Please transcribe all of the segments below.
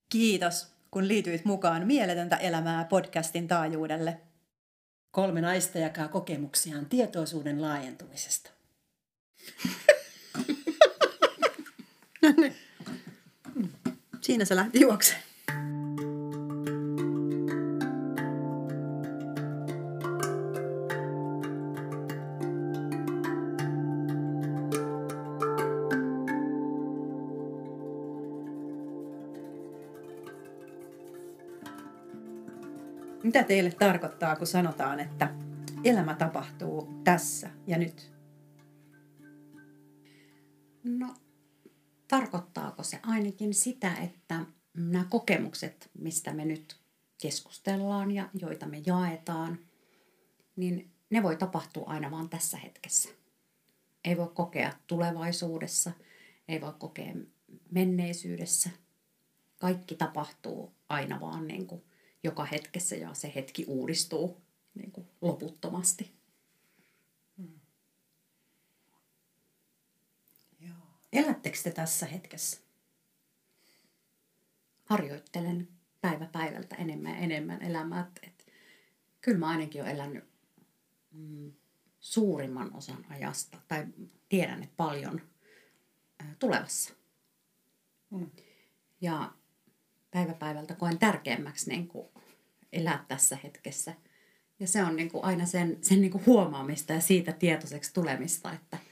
Kiitos, kun liityit mukaan Mieletöntä elämää podcastin taajuudelle. 3 naista jakaa kokemuksiaan tietoisuuden laajentumisesta. Siinä se lähti juokseen. Mitä teille tarkoittaa, kun sanotaan, että elämä tapahtuu tässä ja nyt? No, tarkoittaako se ainakin sitä, että nämä kokemukset, mistä me nyt keskustellaan ja joita me jaetaan, niin ne voi tapahtua aina vaan tässä hetkessä. Ei voi kokea tulevaisuudessa, ei voi kokea menneisyydessä. Kaikki tapahtuu aina vaan niin kuin joka hetkessä ja se hetki uudistuu niin kuin loputtomasti. Elättekö te tässä hetkessä? Harjoittelen päivä päivältä enemmän ja enemmän elämää. Kyllä mä ainakin olen elänyt suurimman osan ajasta, tai tiedän, että paljon tulevassa. Ja päivä päivältä koen tärkeämmäksi niin kuin elää tässä hetkessä. Ja se on niin kuin aina sen niin kuin huomaamista ja siitä tietoiseksi tulemista,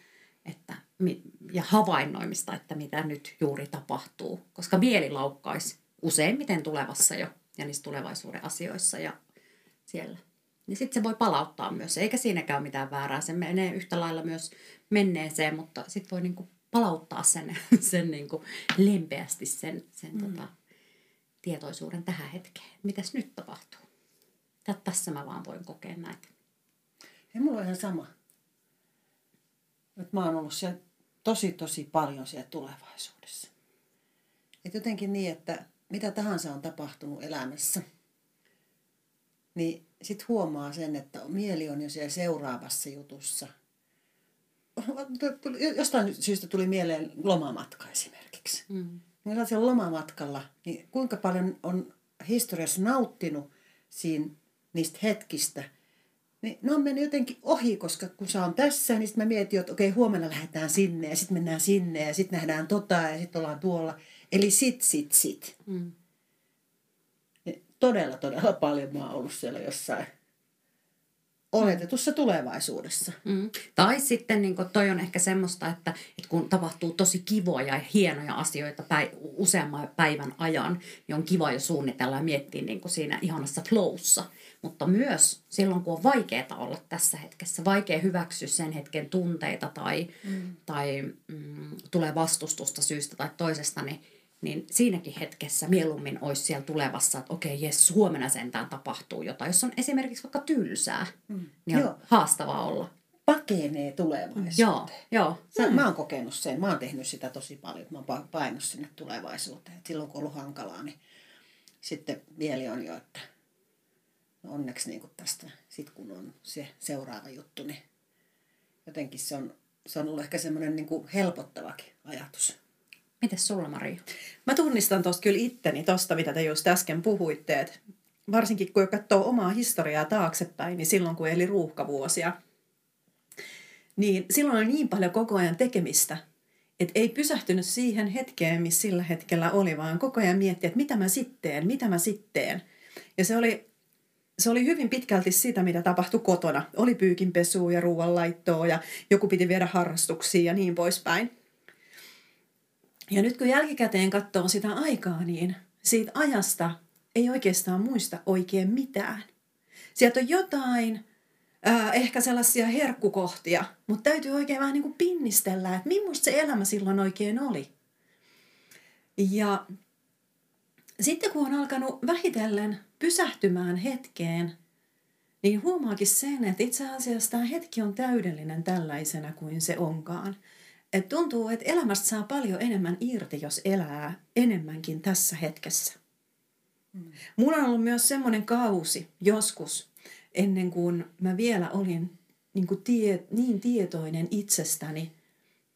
ja havainnoimista, että mitä nyt juuri tapahtuu. Koska mieli laukkaisi useimmiten tulevassa jo ja niissä tulevaisuuden asioissa ja siellä. Niin sitten se voi palauttaa myös, eikä siinäkään ole mitään väärää. Se menee yhtä lailla myös menneeseen, mutta sitten voi niinku palauttaa sen niinku lempeästi sen tietoisuuden tähän hetkeen. Mitäs nyt tapahtuu? Tässä mä vaan voin kokea näitä. Ja mulla on ihan sama. Mä oon ollut siellä tosi paljon siellä tulevaisuudessa. Et jotenkin niin, että mitä tahansa on tapahtunut elämässä, niin sit huomaa sen, että mieli on jo siellä seuraavassa jutussa. Jostain syystä tuli mieleen lomamatka esimerkiksi. Kun olet siellä lomamatkalla, niin kuinka paljon on historiassa nauttinut niistä hetkistä, niin ne on mennyt jotenkin ohi, koska kun sä on tässä, niin sitten mä mietin, että okei, huomenna lähdetään sinne ja sitten mennään sinne ja sitten nähdään ja sitten ollaan tuolla. Eli sit. Todella paljon mä oon ollut siellä jossain oletetussa tulevaisuudessa. Tai sitten niin toi on ehkä semmoista, että kun tapahtuu tosi kivoja ja hienoja asioita useamman päivän ajan, niin on kiva jo suunnitella ja miettiä niin siinä ihanassa flowssa. Mutta myös silloin, kun on vaikeaa olla tässä hetkessä, vaikea hyväksyä sen hetken tunteita tai tulee vastustusta syystä tai toisesta, niin siinäkin hetkessä mieluummin olisi siellä tulevassa, että okei, jes, huomenna sentään tapahtuu jotain. Jos on esimerkiksi vaikka tylsää, niin on haastavaa olla. Pakenee tulevaisuuteen. Joo. Mä oon kokenut sen. Mä oon tehnyt sitä tosi paljon. Mä oon painut sinne tulevaisuuteen. Et silloin kun on ollut hankalaa, niin sitten mieli on jo, että no onneksi niin tästä, sit kun on se seuraava juttu, niin jotenkin se on ollut ehkä semmoinen niin kuin helpottavakin ajatus. Mites sulla, Maria? Mä tunnistan tuosta kyllä itteni tuosta, mitä te just äsken puhuitte. Et varsinkin kun katsoo omaa historiaa taaksepäin, niin silloin kun eli ruuhkavuosia, niin silloin oli niin paljon koko ajan tekemistä, että ei pysähtynyt siihen hetkeen, missä sillä hetkellä oli, vaan koko ajan mietti, että mitä mä sitten. Ja se oli hyvin pitkälti sitä, mitä tapahtui kotona. Oli pyykinpesua ja ruoanlaittoa ja joku piti viedä harrastuksiin ja niin poispäin. Ja nyt kun jälkikäteen katsoo sitä aikaa, niin siitä ajasta ei oikeastaan muista oikein mitään. Sieltä on jotain, ehkä sellaisia herkkukohtia, mutta täytyy oikein vähän niin kuin pinnistellä, että millaista se elämä silloin oikein oli. Ja sitten kun on alkanut vähitellen pysähtymään hetkeen, niin huomaakin sen, että itse asiassa tämä hetki on täydellinen tällaisena kuin se onkaan. Et tuntuu, että elämästä saa paljon enemmän irti, jos elää enemmänkin tässä hetkessä. Mulla on ollut myös semmoinen kausi joskus, ennen kuin mä vielä olin niin tietoinen itsestäni,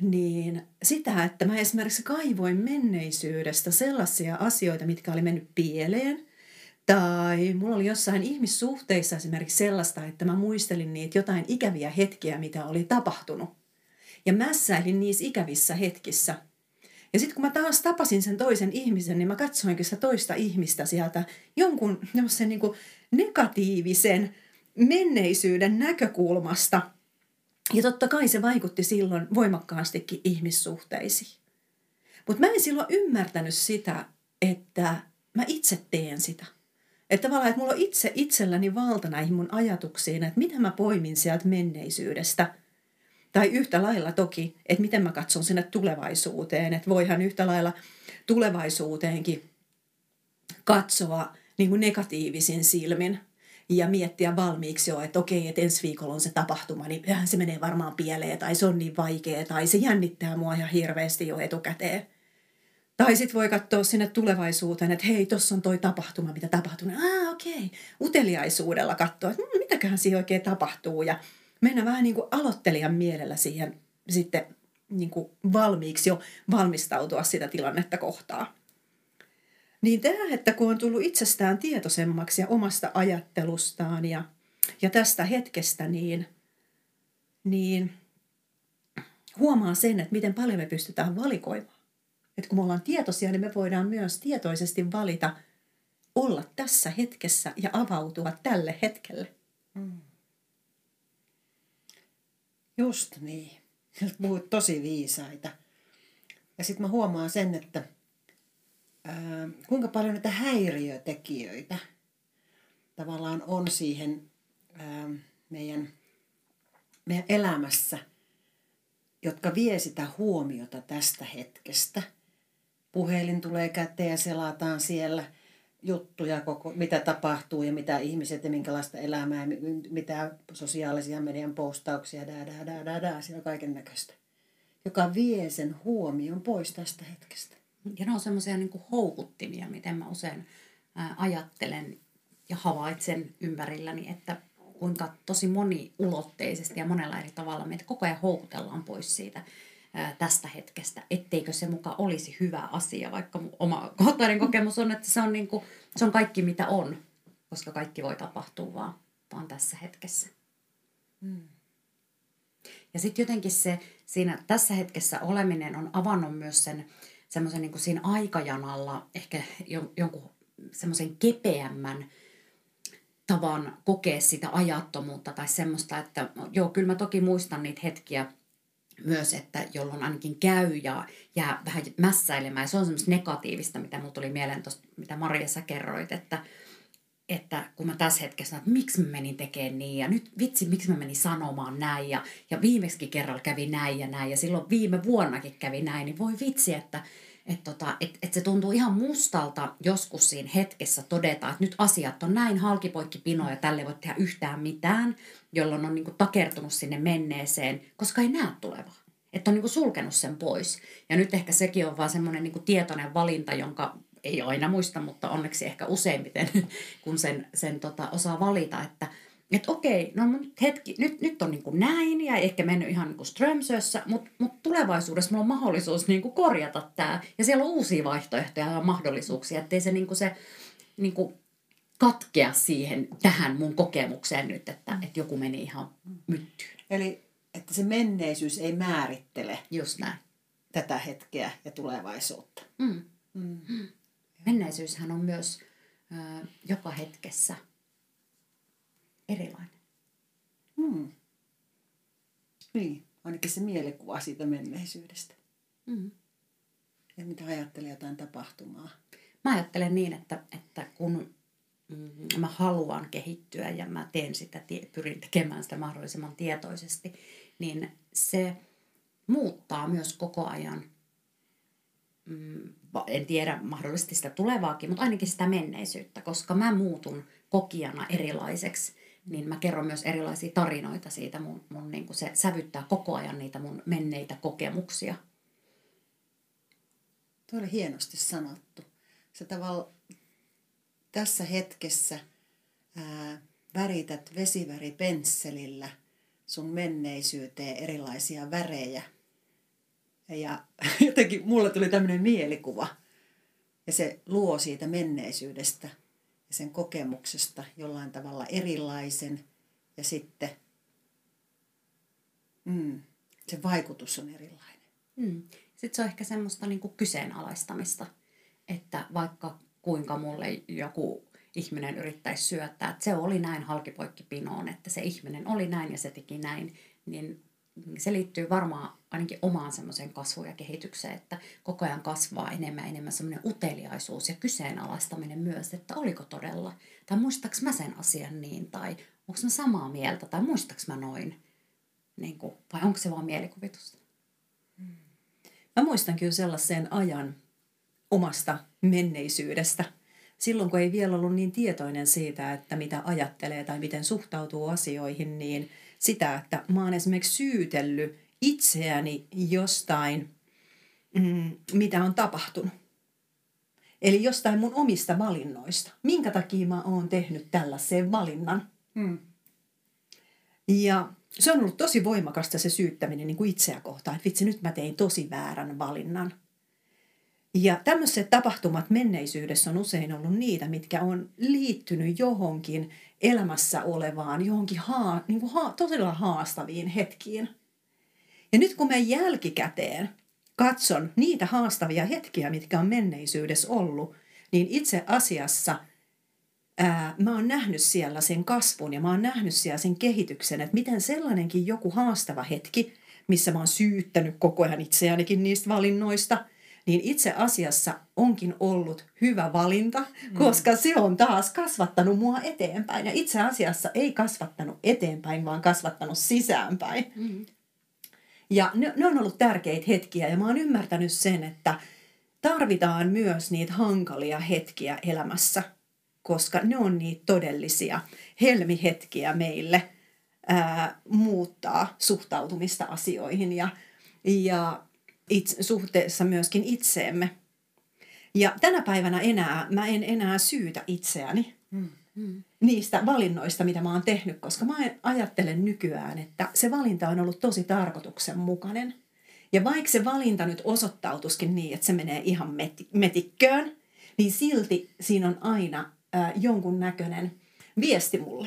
niin sitä, että mä esimerkiksi kaivoin menneisyydestä sellaisia asioita, mitkä oli mennyt pieleen. Tai mulla oli jossain ihmissuhteissa esimerkiksi sellaista, että mä muistelin niitä jotain ikäviä hetkiä, mitä oli tapahtunut. Ja mässäilin niissä ikävissä hetkissä. Ja sitten kun mä taas tapasin sen toisen ihmisen, niin mä katsoinkin sitä toista ihmistä sieltä jonkun niin kuin negatiivisen menneisyyden näkökulmasta. Ja totta kai se vaikutti silloin voimakkaastikin ihmissuhteisiin. Mutta mä en silloin ymmärtänyt sitä, että mä itse teen sitä. Että tavallaan, että mulla on itselläni valta näihin mun ajatuksiin, että mitä mä poimin sieltä menneisyydestä. Tai yhtä lailla toki, että miten mä katson sinne tulevaisuuteen. Että voihan yhtä lailla tulevaisuuteenkin katsoa niin kuin negatiivisin silmin. Ja miettiä valmiiksi jo, että okei, että ensi viikolla on se tapahtuma, niin se menee varmaan pieleen, tai se on niin vaikea, tai se jännittää mua ihan hirveästi jo etukäteen. Tai sitten voi katsoa sinne tulevaisuuteen, että hei, tuossa on toi tapahtuma, mitä tapahtuu. Okei, uteliaisuudella katsoa, että mitäköhän siihen oikein tapahtuu, ja mennä vähän niin kuin aloittelijan mielellä siihen sitten niin kuin valmiiksi jo valmistautua sitä tilannetta kohtaan. Niin tämä, että kun on tullut itsestään tietoisemmaksi ja omasta ajattelustaan ja tästä hetkestä, niin huomaa sen, että miten paljon me pystytään valikoimaan. Että kun me ollaan tietoisia, niin me voidaan myös tietoisesti valita olla tässä hetkessä ja avautua tälle hetkelle. Just niin. Puhuit tosi viisaita. Ja sitten mä huomaan sen, että kuinka paljon näitä häiriötekijöitä tavallaan on siihen meidän elämässä, jotka vie sitä huomiota tästä hetkestä. Puhelin tulee käteen ja selataan siellä juttuja, mitä tapahtuu ja mitä ihmiset ja minkälaista elämää, mitä sosiaalisia median postauksia, siellä on kaiken näköistä, joka vie sen huomion pois tästä hetkestä. Ja ne on semmoisia niin kuin houkuttimia, miten mä usein ajattelen ja havaitsen ympärilläni, että kuinka tosi moniulotteisesti ja monella eri tavalla meitä koko ajan houkutellaan pois siitä tästä hetkestä, etteikö se muka olisi hyvä asia, vaikka oma kohtainen kokemus on, että se on kaikki mitä on, koska kaikki voi tapahtua vaan tässä hetkessä. Ja sitten jotenkin siinä tässä hetkessä oleminen on avannut myös sen semmoisen niin kuin siinä aikajanalla ehkä jonkun semmoisen kepeämmän tavan kokea sitä ajattomuutta tai semmoista, että joo, kyllä mä toki muistan niitä hetkiä myös, että jolloin ainakin käy ja jää vähän mässäilemään. Ja se on semmoista negatiivista, mitä mulla tuli mieleen tuosta, mitä Maria sä kerroit, että kun mä tässä hetkessä, että miksi mä menin tekemään niin ja nyt vitsi, miksi mä menin sanomaan näin ja viimeksi kerralla kävi näin ja silloin viime vuonnakin kävi näin, niin voi vitsi, että se tuntuu ihan mustalta joskus siinä hetkessä todeta, että nyt asiat on näin halkipoikki pino ja tälle ei voi tehdä yhtään mitään, jolloin on niin kuin takertunut sinne menneeseen, koska ei näe tulevaa. Että on niin kuin sulkenut sen pois. Ja nyt ehkä sekin on vaan semmoinen niin kuin tietoinen valinta, jonka ei aina muista, mutta onneksi ehkä useimmiten, kun sen osaa valita, että okei, no hetki, nyt on niin kuin näin ja ehkä mennyt ihan niin kuin Strömsössä, mutta tulevaisuudessa mulla on mahdollisuus niin kuin korjata tämä. Ja siellä on uusia vaihtoehtoja ja mahdollisuuksia, ettei se niin kuin katkea tähän mun kokemukseen nyt, että joku meni ihan myttyyn. Eli että se menneisyys ei määrittele just näin tätä hetkeä ja tulevaisuutta. Menneisyyshän on myös joka hetkessä erilainen. Niin, ainakin se mielikuva siitä menneisyydestä. Ja mitä ajattelee jotain tapahtumaa? Mä ajattelen niin, että kun mä haluan kehittyä ja mä teen sitä, pyrin tekemään sitä mahdollisimman tietoisesti, niin se muuttaa myös koko ajan, en tiedä mahdollisesti sitä tulevaakin, mutta ainakin sitä menneisyyttä, koska mä muutun kokijana erilaiseksi, niin mä kerron myös erilaisia tarinoita siitä mun niin kuin se sävyttää koko ajan niitä mun menneitä kokemuksia. Tuo oli hienosti sanottu. Se tavalla tässä hetkessä värität vesiväripensselillä sun menneisyyteen erilaisia värejä Ja jotenkin mulla tuli tämmöinen mielikuva. Ja se luo siitä menneisyydestä ja sen kokemuksesta jollain tavalla erilaisen. Ja sitten se vaikutus on erilainen. Sitten se on ehkä semmoista niin kuin kyseenalaistamista, että vaikka kuinka mulle joku ihminen yrittäisi syöttää, että se oli näin halkipoikkipinoon, että se ihminen oli näin ja se teki näin, niin se liittyy varmaan ainakin omaan semmoiseen kasvuun ja kehitykseen, että koko ajan kasvaa enemmän ja enemmän semmoinen uteliaisuus ja kyseenalaistaminen myös, että oliko todella, tai muistaaks mä sen asian niin, tai onko mä samaa mieltä, tai muistaaks mä noin, niin kuin, vai onko se vaan mielikuvitusta? Mä muistan kyllä sellaisen ajan omasta menneisyydestä, silloin kun ei vielä ollut niin tietoinen siitä, että mitä ajattelee tai miten suhtautuu asioihin, niin sitä, että mä oon esimerkiksi syytellyt itseäni jostain, mitä on tapahtunut. Eli jostain mun omista valinnoista. Minkä takia mä oon tehnyt tällaisen valinnan. Ja se on ollut tosi voimakasta se syyttäminen niin kuin itseä kohtaan, että vitsi, nyt mä tein tosi väärän valinnan. Ja tämmöiset tapahtumat menneisyydessä on usein ollut niitä, mitkä on liittynyt johonkin elämässä olevaan, johonkin todella haastaviin hetkiin. Ja nyt kun mä jälkikäteen katson niitä haastavia hetkiä, mitkä on menneisyydessä ollut, niin itse asiassa mä oon nähnyt siellä sen kasvun ja mä oon nähnyt siellä sen kehityksen, että miten sellainenkin joku haastava hetki, missä mä oon syyttänyt koko ajan itseänikin niistä valinnoista, niin itse asiassa onkin ollut hyvä valinta, koska se on taas kasvattanut mua eteenpäin. Ja itse asiassa ei kasvattanut eteenpäin, vaan kasvattanut sisäänpäin. Ja ne on ollut tärkeitä hetkiä ja mä oon ymmärtänyt sen, että tarvitaan myös niitä hankalia hetkiä elämässä, koska ne on niitä todellisia helmihetkiä meille muuttaa suhtautumista asioihin ja suhteessa myöskin itseemme. Ja tänä päivänä mä en enää syytä itseäni niistä valinnoista, mitä mä oon tehnyt, koska mä ajattelen nykyään, että se valinta on ollut tosi tarkoituksenmukainen. Ja vaikka se valinta nyt osoittautuskin niin, että se menee ihan metikköön, niin silti siinä on aina jonkunnäköinen viesti mulle.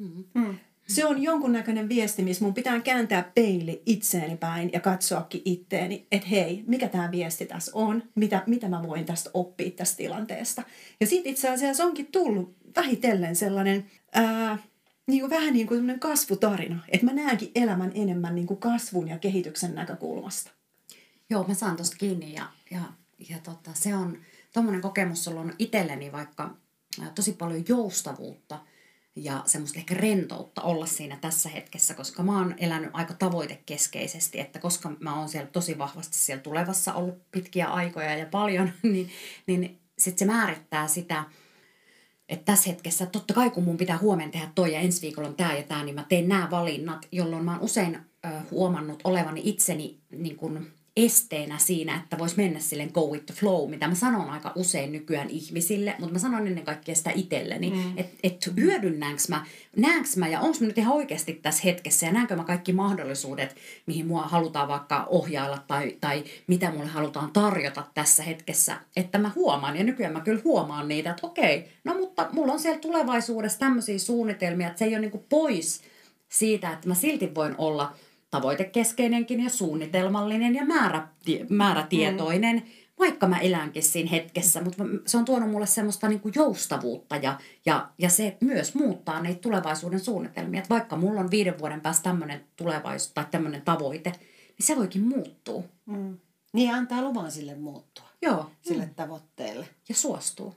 Se on jonkunnäköinen viesti, missä mun pitää kääntää peili itseeni päin ja katsoakin itteeni, että hei, mikä tämä viesti tässä on, mitä mä voin tästä oppia tästä tilanteesta. Ja siitä itse asiassa onkin tullut vähitellen sellainen vähän niin kuin sellainen kasvutarina, että mä näenkin elämän enemmän niin kuin kasvun ja kehityksen näkökulmasta. Joo, mä saan tosta kiinni ja se on tommoinen kokemus, sulla on itselleni vaikka tosi paljon joustavuutta ja semmoista ehkä rentoutta olla siinä tässä hetkessä, koska mä oon elänyt aika tavoitekeskeisesti, että koska mä oon siellä tosi vahvasti siellä tulevassa ollut pitkiä aikoja ja paljon, niin sit se määrittää sitä, että tässä hetkessä totta kai kun mun pitää huomenna tehdä toi ja ensi viikolla on tää ja tää, niin mä teen nämä valinnat, jolloin mä oon usein huomannut olevani itseni niin kun esteenä siinä, että vois mennä silleen go with the flow, mitä mä sanon aika usein nykyään ihmisille, mutta mä sanon ennen kaikkea sitä itselleni, että hyödynnäänkö mä, näenkö mä ja onko mä nyt ihan oikeasti tässä hetkessä ja näenkö mä kaikki mahdollisuudet, mihin mua halutaan vaikka ohjailla tai mitä mulle halutaan tarjota tässä hetkessä, että mä huomaan ja nykyään mä kyllä huomaan niitä, että okei, no mutta mulla on siellä tulevaisuudessa tämmöisiä suunnitelmia, että se ei ole niinku pois siitä, että mä silti voin olla tavoitekeskeinenkin ja suunnitelmallinen ja määrätietoinen, vaikka mä elänkin siinä hetkessä. Mutta se on tuonut mulle semmoista niinku joustavuutta ja se myös muuttaa niitä tulevaisuuden suunnitelmia. Et vaikka mulla on 5 vuoden päästä tämmöinen tulevaisuus tai tämmöinen tavoite, niin se voikin muuttua. Niin antaa luvan sille muuttua. Joo. Sille tavoitteelle. Ja suostuu.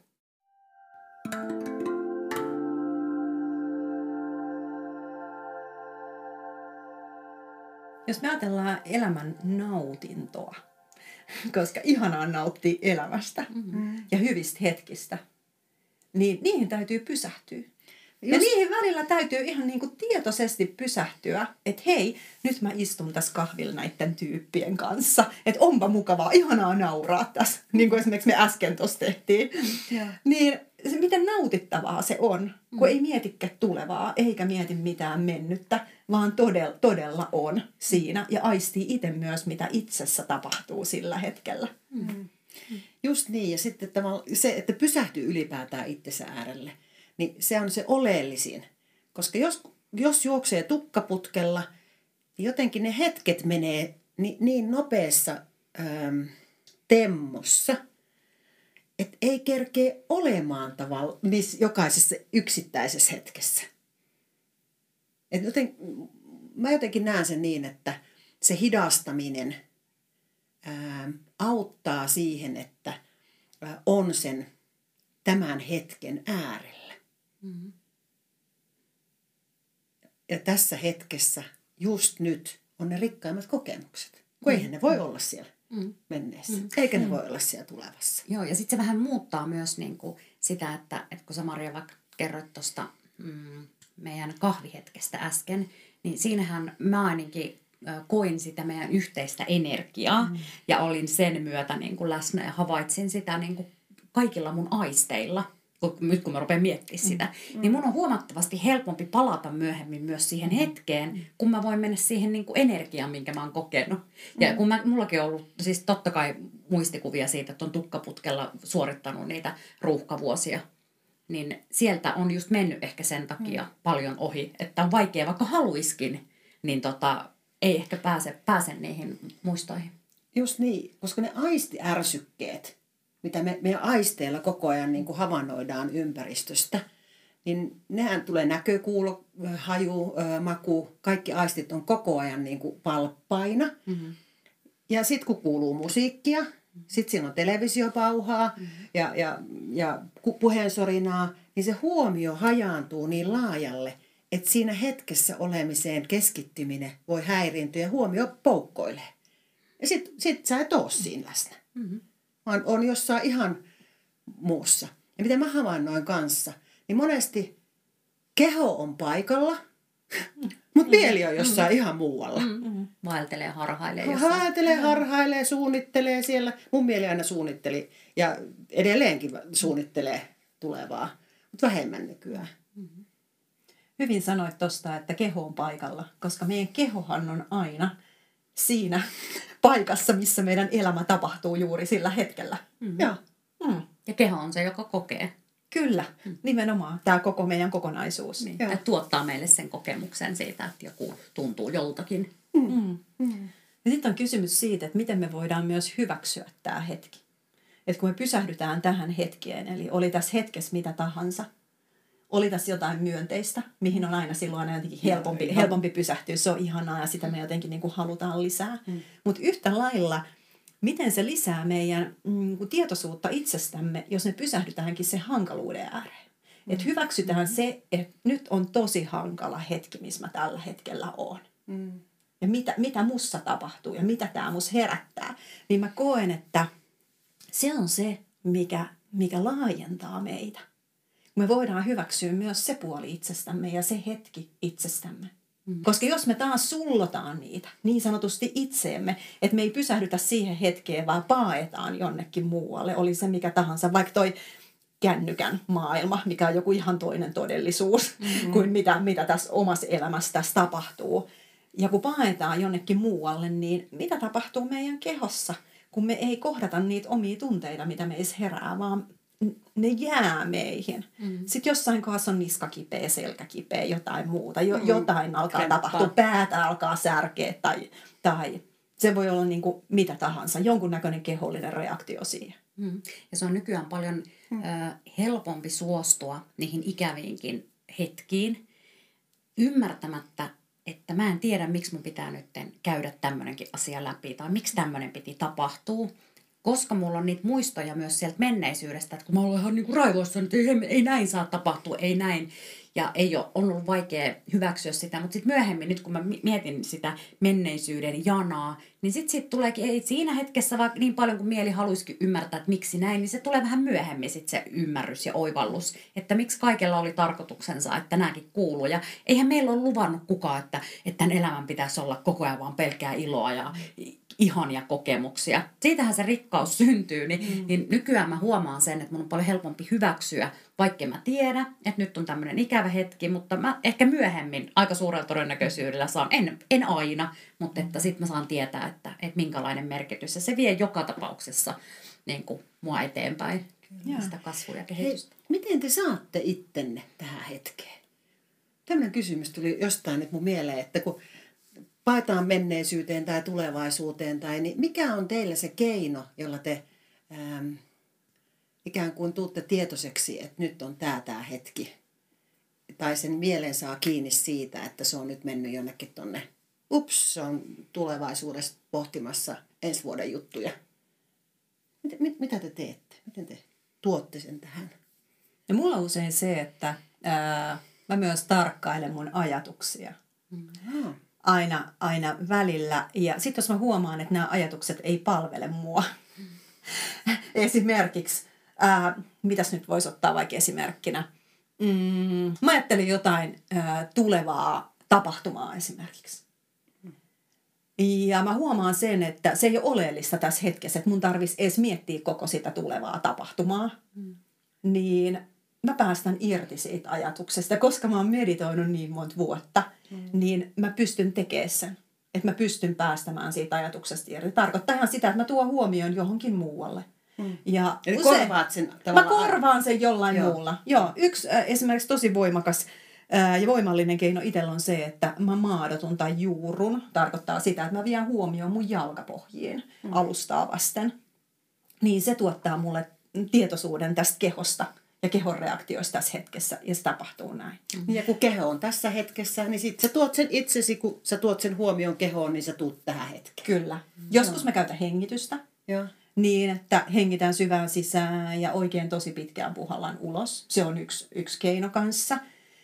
Jos me ajatellaan elämän nautintoa, koska ihanaa nauttia elämästä ja hyvistä hetkistä, niin niihin täytyy pysähtyä. Ja niihin välillä täytyy ihan niin kuin tietoisesti pysähtyä, että hei, nyt mä istun tässä kahvilla näiden tyyppien kanssa, että onpa mukavaa, ihanaa nauraa tässä, niin kuin esimerkiksi me äsken tuossa tehtiin. Niin miten nautittavaa se on, kun ei mietikään tulevaa, eikä mieti mitään mennyttä, vaan todella on siinä ja aistii itse myös, mitä itsessä tapahtuu sillä hetkellä. Just niin, ja sitten se, että pysähtyy ylipäätään itsensä äärelle, niin se on se oleellisin. Koska jos juoksee tukkaputkella, niin jotenkin ne hetket menee niin nopeassa temmossa, että ei kerkee olemaan niissä jokaisessa yksittäisessä hetkessä. Mä jotenkin näen sen niin, että se hidastaminen auttaa siihen, että on sen tämän hetken äärellä. Mm-hmm. Ja tässä hetkessä just nyt on ne rikkaimmat kokemukset. Kun eihän ne voi olla siellä menneessä, eikä ne voi olla siellä tulevassa. Joo, ja sitten se vähän muuttaa myös niin kuin sitä, että kun sä Maria vaikka kerroit tuosta meidän kahvihetkestä äsken, niin siinähän mä ainakin koin sitä meidän yhteistä energiaa ja olin sen myötä niin kuin läsnä ja havaitsin sitä niin kuin kaikilla mun aisteilla. Nyt kun mä rupean miettimään sitä, niin mun on huomattavasti helpompi palata myöhemmin myös siihen hetkeen, kun mä voin mennä siihen niin kuin energiaan, minkä mä oon kokenut. Ja kun mullakin on ollut siis totta kai muistikuvia siitä, että on tukkaputkella suorittanut niitä ruuhkavuosia, niin sieltä on just mennyt ehkä sen takia paljon ohi, että on vaikea, vaikka haluiskin, niin ei ehkä pääse niihin muistoihin. Just niin, koska ne aistiärsykkeet, mitä meidän aisteilla koko ajan niin kuin havainnoidaan ympäristöstä, niin nehän tulee näkö, kuulo, haju, maku, kaikki aistit on koko ajan niin kuin valppaina. Mm-hmm. Ja sitten kun kuuluu musiikkia, sitten siinä on televisiopauhaa ja puheensorinaa, niin se huomio hajaantuu niin laajalle, että siinä hetkessä olemiseen keskittyminen voi häiriintyä ja huomio poukkoilee. Ja sit sä et ole siinä läsnä. Mm-hmm. Vaan on jossain ihan muussa. Ja miten mä havainnoin kanssa, niin monesti keho on paikalla, mutta mieli on jossain ihan muualla. Vaeltelee, harhailee jossain. Harhailee, suunnittelee siellä. Mun mieli aina suunnitteli ja edelleenkin suunnittelee tulevaa, mutta vähemmän nykyään. Hyvin sanoit tuosta, että keho on paikalla, koska meidän kehohan on aina siinä paikassa, missä meidän elämä tapahtuu juuri sillä hetkellä. Ja keho on se, joka kokee. Kyllä, nimenomaan tämä koko meidän kokonaisuus. Niin, että tuottaa meille sen kokemuksen siitä, että joku tuntuu joltakin. Ja sitten on kysymys siitä, että miten me voidaan myös hyväksyä tämä hetki. Että kun me pysähdytään tähän hetkeen, eli oli tässä hetkessä mitä tahansa, oli tässä jotain myönteistä, mihin on aina silloin jotenkin helpompi pysähtyä. Se on ihanaa ja sitä me jotenkin niin kuin halutaan lisää. Mutta yhtä lailla, miten se lisää meidän tietoisuutta itsestämme, jos me pysähdytäänkin se hankaluuden ääreen. Että hyväksytään se, että nyt on tosi hankala hetki, missä mä tällä hetkellä oon. Ja mitä mussa tapahtuu ja mitä tämä mus herättää. Niin mä koen, että se on se, mikä laajentaa meitä. Me voidaan hyväksyä myös se puoli itsestämme ja se hetki itsestämme. Koska jos me taas sullotaan niitä niin sanotusti itseemme, että me ei pysähdytä siihen hetkeen, vaan paetaan jonnekin muualle, oli se mikä tahansa, vaikka toi kännykän maailma, mikä on joku ihan toinen todellisuus kuin mitä tässä omassa elämässä tässä tapahtuu. Ja kun paetaan jonnekin muualle, niin mitä tapahtuu meidän kehossa, kun me ei kohdata niitä omia tunteita, mitä meissä herää, vaan ne jää meihin. Sitten jossain kohdassa on niska kipeä, selkä kipeä, jotain muuta. Jotain alkaa tapahtua, päätä alkaa särkeä tai se voi olla niin kuin mitä tahansa, jonkunnäköinen kehollinen reaktio siihen. Ja se on nykyään paljon helpompi suostua niihin ikäviinkin hetkiin ymmärtämättä, että mä en tiedä, miksi mun pitää nyt käydä tämmöinenkin asia läpi tai miksi tämmöinen piti tapahtua. Koska mulla on niitä muistoja myös sieltä menneisyydestä, että kun mä olen ihan niin kuin raivoissa, että ei näin saa tapahtua, ei näin. Ja ei ole ollut vaikea hyväksyä sitä, mutta sitten myöhemmin, nyt kun mä mietin sitä menneisyyden janaa, niin sitten siitä tuleekin, ei siinä hetkessä vaikka niin paljon kuin mieli haluaisikin ymmärtää, että miksi näin, niin se tulee vähän myöhemmin sitten se ymmärrys ja oivallus, että miksi kaikella oli tarkoituksensa, että nämäkin kuuluu. Ja eihän meillä ole luvannut kukaan, että tämän elämän pitäisi olla koko ajan vaan pelkkää iloa ja ihania kokemuksia. Siitähän se rikkaus syntyy, niin nykyään mä huomaan sen, että mun on paljon helpompi hyväksyä, vaikka mä tiedän, että nyt on tämmöinen ikävä hetki, mutta mä ehkä myöhemmin aika suurella todennäköisyydellä saan, en aina, mutta että sit mä saan tietää, että minkälainen merkitys. Ja se vie joka tapauksessa niin kuin mua eteenpäin, sitä kasvua ja kehitystä. Hei, miten te saatte ittenne tähän hetkeen? Tämmöinen kysymys tuli jostain nyt mun mieleen, että kun paetaan menneisyyteen tai tulevaisuuteen, niin mikä on teillä se keino, jolla te ikään kuin tuutte tietoiseksi, että nyt on tämä hetki? Tai sen mielen saa kiinni siitä, että se on nyt mennyt jonnekin tonne. Ups, se on tulevaisuudessa pohtimassa ensi vuoden juttuja. Mitä te teette? Miten te tuotte sen tähän? Ja mulla on usein se, että mä myös tarkkailen mun ajatuksia. Aina välillä. Ja sitten jos mä huomaan, että nämä ajatukset ei palvele mua. Esimerkiksi, mitäs nyt voisi ottaa vaikka esimerkkinä. Mä ajattelin jotain tulevaa tapahtumaa esimerkiksi. Ja mä huomaan sen, että se ei ole oleellista tässä hetkessä, että mun tarvitsisi edes miettiä koko sitä tulevaa tapahtumaa. Niin mä päästän irti siitä ajatuksesta, koska mä oon meditoinut niin monta vuotta, niin mä pystyn tekemään sen. Että mä pystyn päästämään siitä ajatuksesta irti. Tarkoittaa ihan sitä, että mä tuon huomioon johonkin muualle. Ja eli korvaat sen tavallaan? Mä korvaan sen jollain muulla. Joo, yksi esimerkiksi tosi voimakas ja voimallinen keino itsellä on se, että mä maadotun tai juurun. Tarkoittaa sitä, että mä vien huomioon mun jalkapohjiin alustaa vasten. Niin se tuottaa mulle tietoisuuden tästä kehosta ja kehon reaktioista tässä hetkessä, ja se tapahtuu näin. Ja kun keho on tässä hetkessä, niin sit sä tuot sen itsesi, kun sä tuot sen huomioon kehoon, niin sä tuut tähän hetkeen. Kyllä. Joskus mä käytän hengitystä, niin että hengitän syvään sisään ja oikein tosi pitkään puhallan ulos. Se on yksi keino kanssa.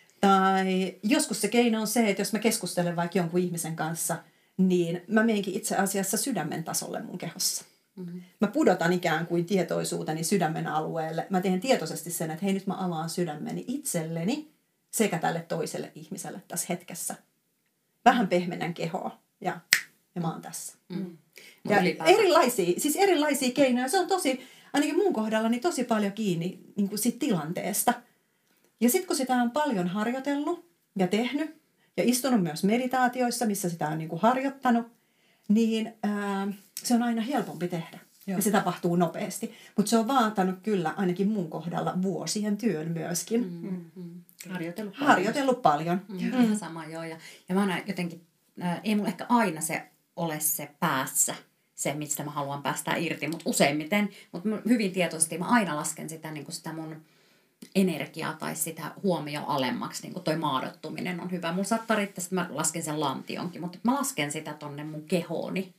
Tai joskus se keino on se, että jos mä keskustelen vaikka jonkun ihmisen kanssa, niin mä menenkin itse asiassa sydämen tasolle mun kehossa. Mä pudotan ikään kuin tietoisuuteni sydämen alueelle. Mä teen tietoisesti sen, että hei, nyt mä avaan sydämeni itselleni sekä tälle toiselle ihmiselle tässä hetkessä. Vähän pehmennän kehoa ja mä oon tässä. Ja erilaisia keinoja. Se on tosi, ainakin mun kohdalla, niin tosi paljon kiinni niin kuin siitä tilanteesta. Ja sitten kun sitä on paljon harjoitellut ja tehnyt ja istunut myös meditaatioissa, missä sitä on niin kuin harjoittanut, niin se on aina helpompi tehdä. Joo. Ja se tapahtuu nopeasti. Mutta se on vaatanut kyllä ainakin mun kohdalla vuosien työn myöskin. Harjoitellut paljon. Ihan sama, joo. Ja mä aina jotenkin, ei mulla ehkä aina se ole se päässä, se mistä mä haluan päästä irti, mutta useimmiten, mutta hyvin tietoisesti mä aina lasken sitä, niin kuin sitä mun energiaa tai sitä huomioon alemmaksi, niin kuin toi maadottuminen on hyvä. Mulla saattaa riittää, että mä lasken sen lantionkin, mutta mä lasken sitä tonne mun kehooni.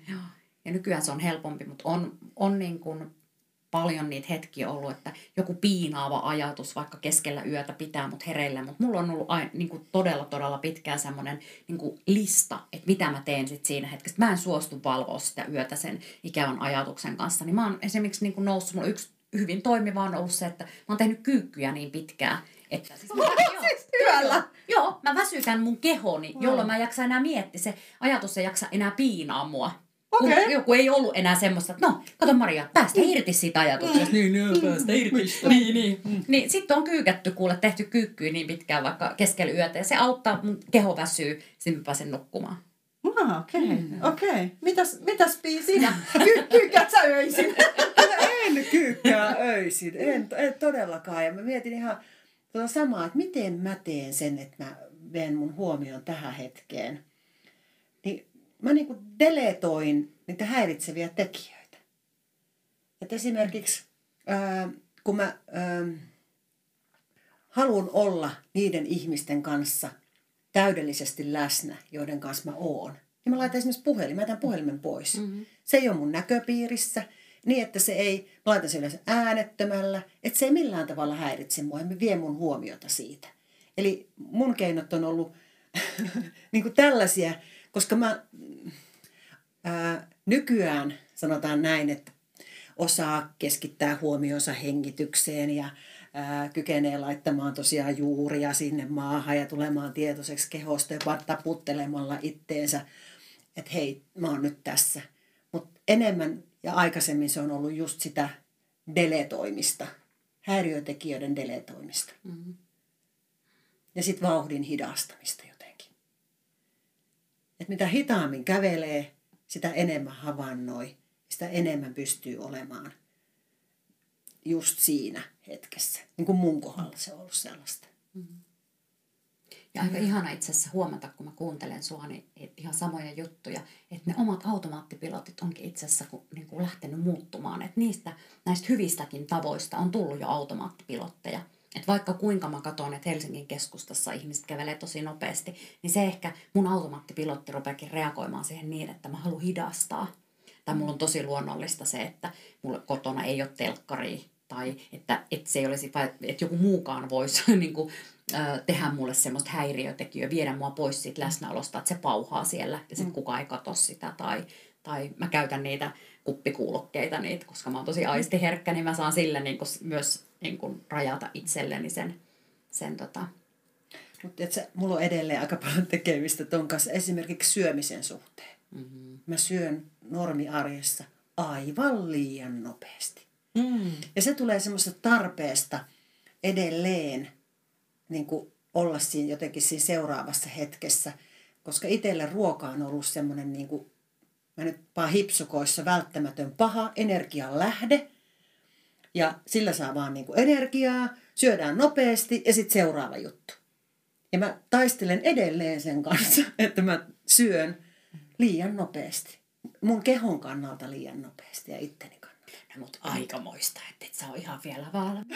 Ja nykyään se on helpompi, mutta on niin kuin paljon niitä hetkiä ollut, että joku piinaava ajatus vaikka keskellä yötä pitää mut hereillä, mutta mulla on ollut niin kuin todella pitkään semmoinen niin kuin lista, että mitä mä teen sit siinä hetkessä. Mä en suostu valvoa sitä yötä sen ikävän ajatuksen kanssa. Niin mä oon esimerkiksi niin kuin noussut, mulla yksi hyvin toimiva on ollut se, että mä oon tehnyt kyykkyjä niin pitkään, että mä väsytän mun kehoni, jolloin mä en jaksa enää miettiä. Se ajatus ei jaksa enää piinaa mua. Joku ei ollut enää semmoista, että no, kato Maria, päästä irti siitä ajatuksesta. Päästä irti. Niin sitten on kyykätty, tehty kyykkyä niin pitkään vaikka keskellä yötä. Ja se auttaa, mun keho väsyy, sitten mä pääsen nukkumaan. Okei. Mitäs Pii sinä? Kyykkäät sä öisin? En kyykkää öisin, en todellakaan. Ja mä mietin ihan samaa, että miten mä teen sen, että mä vien mun huomioon tähän hetkeen. Niin mä niinku deletoin niitä häiritseviä tekijöitä. Et esimerkiksi kun mä haluan olla niiden ihmisten kanssa täydellisesti läsnä, joiden kanssa mä oon, niin mä laitan esimerkiksi mä jätän puhelimen pois. Se ei ole mun näköpiirissä, niin että se ei, mä laitan sen yleensä äänettömällä, että se ei millään tavalla häiritse mua, ja mä vie mun huomiota siitä. Eli mun keinot on ollut niin kuin tällaisia, koska mä nykyään sanotaan näin, että osaa keskittää huomionsa hengitykseen ja kykenee laittamaan tosiaan juuria sinne maahan ja tulemaan tietoiseksi kehosta ja taputtelemalla itteensä, että hei, mä oon nyt tässä. Mutta enemmän ja aikaisemmin se on ollut just sitä deletoimista, häiriötekijöiden deletoimista. Ja sitten vauhdin hidastamista jotenkin. Et mitä hitaammin kävelee, sitä enemmän havainnoi, sitä enemmän pystyy olemaan just siinä hetkessä. Niin kuin mun kohdalla se on ollut sellaista. Ja aika ihana itse asiassa huomata, kun mä kuuntelen sua, niin ihan samoja juttuja, että ne omat automaattipilotit onkin itse asiassa niin kuin lähtenyt muuttumaan. Että näistä hyvistäkin tavoista on tullut jo automaattipilotteja. Että vaikka kuinka mä katson, että Helsingin keskustassa ihmiset kävelee tosi nopeasti, niin se ehkä mun automaattipilotti rupeakin reagoimaan siihen niin, että mä haluan hidastaa. Tai mulla on tosi luonnollista se, että mulla kotona ei ole telkkaria. Tai että se ei olisi, että joku muukaan voisi niin kuin, tehdä mulle semmoista häiriötekijöä, viedä mua pois siitä läsnäolosta, että se pauhaa siellä ja sitten kukaan ei katso sitä. Tai mä käytän niitä kuppikuulokkeita, koska mä oon tosi aistiherkkä, niin mä saan sillä niin kuin, myös niin kuin, rajata itselleni sen Mutta mulla on edelleen aika paljon tekemistä ton kanssa, esimerkiksi syömisen suhteen. Mä syön normiarjessa aivan liian nopeasti. Ja se tulee semmoista tarpeesta edelleen niin kuin olla siinä jotenkin siinä seuraavassa hetkessä, koska itselle ruoka on ollut semmoinen, niin kuin, mä nyt hipsukoissa välttämätön paha energian lähde. Ja sillä saa vaan niin kuin energiaa, syödään nopeasti ja sitten seuraava juttu. Ja mä taistelen edelleen sen kanssa, että mä syön liian nopeasti. Mun kehon kannalta liian nopeasti ja itteni kannalta. No mut aikamoista, että et sä ole ihan vielä valmis.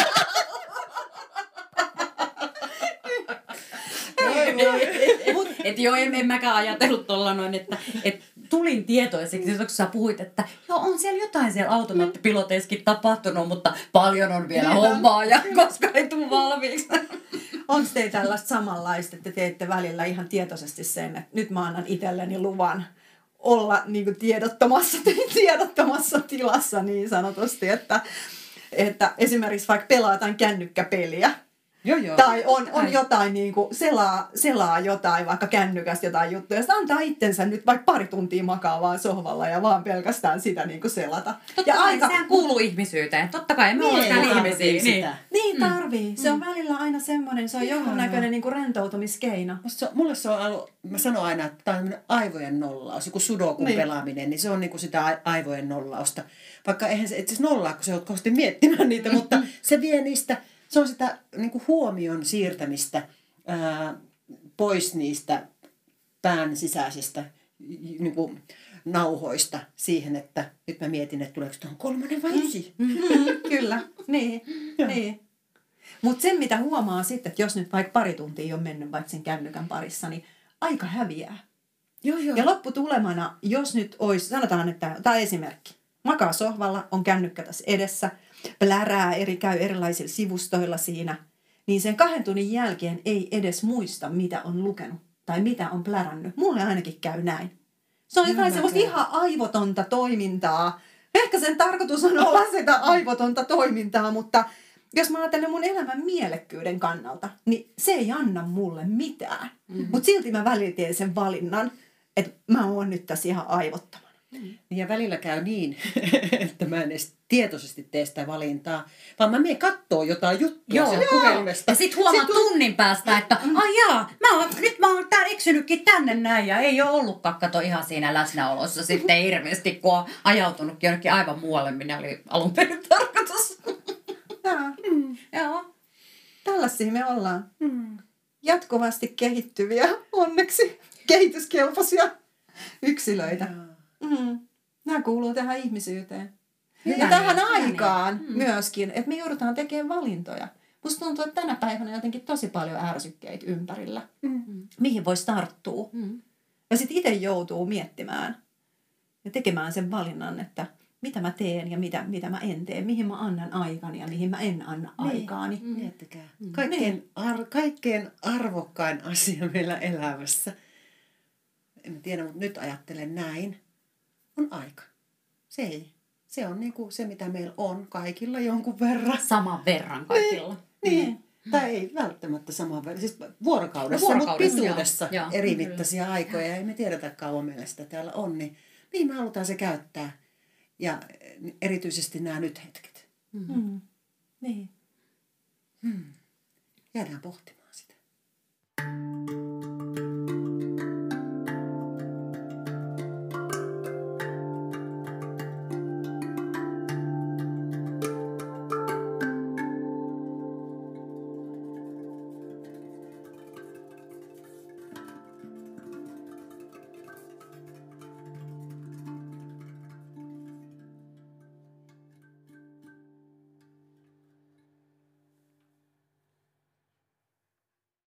Että joo, en mäkään ajatellut tuolla noin, että tulin tietoiseksi, kun sä puhuit, että joo, on siellä jotain siellä automaattipiloteissakin tapahtunut, mutta paljon on vielä hommaa ja koska ei tule valmiiksi. Onko teillä tällaista samanlaista, että te teette välillä ihan tietoisesti sen, että nyt mä annan itselleni luvan olla niin kuin tiedottomassa tilassa niin sanotusti, että esimerkiksi vaikka pelataan kännykkäpeliä. Joo. Tai on jotain niin kuin selaa jotain, vaikka kännykästä jotain juttuja. Sitä antaa itsensä nyt vaikka pari tuntia makaa vaan sohvalla ja vaan pelkästään sitä niin kuin selata. Totta kai, sehän kuuluu ihmisyyteen. Totta kai, me ollaan täällä ihmisiä. Niin tarvii. Se on välillä aina semmoinen, se on jonkunnäköinen niin kuin rentoutumiskeino. Mulle se on ollut, mä sanon aina, että tämä on aivojen nollaus. Joku sudokun pelaaminen, niin se on niin kuin sitä aivojen nollausta. Vaikka eihän se itse nollaa, kun se joudut kovasti miettimään niitä, mutta se vie niistä. Se on sitä niin kuin huomion siirtämistä pois niistä pään sisäisistä niin kuin nauhoista siihen, että nyt mä mietin, että tuleeko tuohon 3 vai 9. Kyllä, niin. Mutta sen mitä huomaa sitten, että jos nyt vaikka pari tuntia on mennyt vaikka sen kännykän parissa, niin aika häviää. Joo. Ja lopputulemana, jos nyt olisi, sanotaan, että tämä esimerkki, makaa sohvalla, on kännykkä tässä edessä, plärää käy erilaisilla sivustoilla siinä, niin sen 2 tunnin jälkeen ei edes muista, mitä on lukenut tai mitä on plärännyt. Mulle ainakin käy näin. Se on jotain semmoista ihan aivotonta toimintaa. Ehkä sen tarkoitus on olla sitä aivotonta toimintaa, mutta jos mä ajattelen mun elämän mielekkyyden kannalta, niin se ei anna mulle mitään. Mutta silti mä välillä teen sen valinnan, että mä oon nyt tässä ihan aivottomana. Ja välillä käy niin, että mä en edes tietoisesti tee sitä valintaa, vaan mä menen kattoo jotain juttua sieltä puhelimesta. Ja sit huomaat tunnin päästä, että nyt mä oon eksynytkin tänne näin ja ei ole ollutkaan kato ihan siinä läsnäolossa sitten hirveästi, kun on ajautunutkin jonnekin aivan muualle, minne oli alun perin tarkoitus. Joo. Tällaisia me ollaan. Jatkuvasti kehittyviä, onneksi kehityskelpoisia yksilöitä. Nämä kuuluu tähän ihmisyyteen. Ja tähän aikaan myöskin, että me joudutaan tekemään valintoja. Musta tuntuu, että tänä päivänä on jotenkin tosi paljon ärsykkeitä ympärillä. Mihin voisi tarttua. Ja sitten itse joutuu miettimään ja tekemään sen valinnan, että mitä mä teen ja mitä mä en tee. Mihin mä annan aikani ja mihin mä en anna aikaani. Miettikää. Kaikkein arvokkain asia meillä elämässä. En tiedä, mutta nyt ajattelen näin. On aika. Se on niinku se, mitä meillä on kaikilla jonkun verran. Saman verran kaikilla. Niin. Tai ei välttämättä saman verran. Siis vuorokaudessa mutta pituudessa eri mittaisia aikoja. Ei me tiedetä kauan meillä sitä täällä on. Niin Mihin me halutaan se käyttää? Ja erityisesti nämä nyt-hetket. Niin. Jäädään pohtimaan sitä.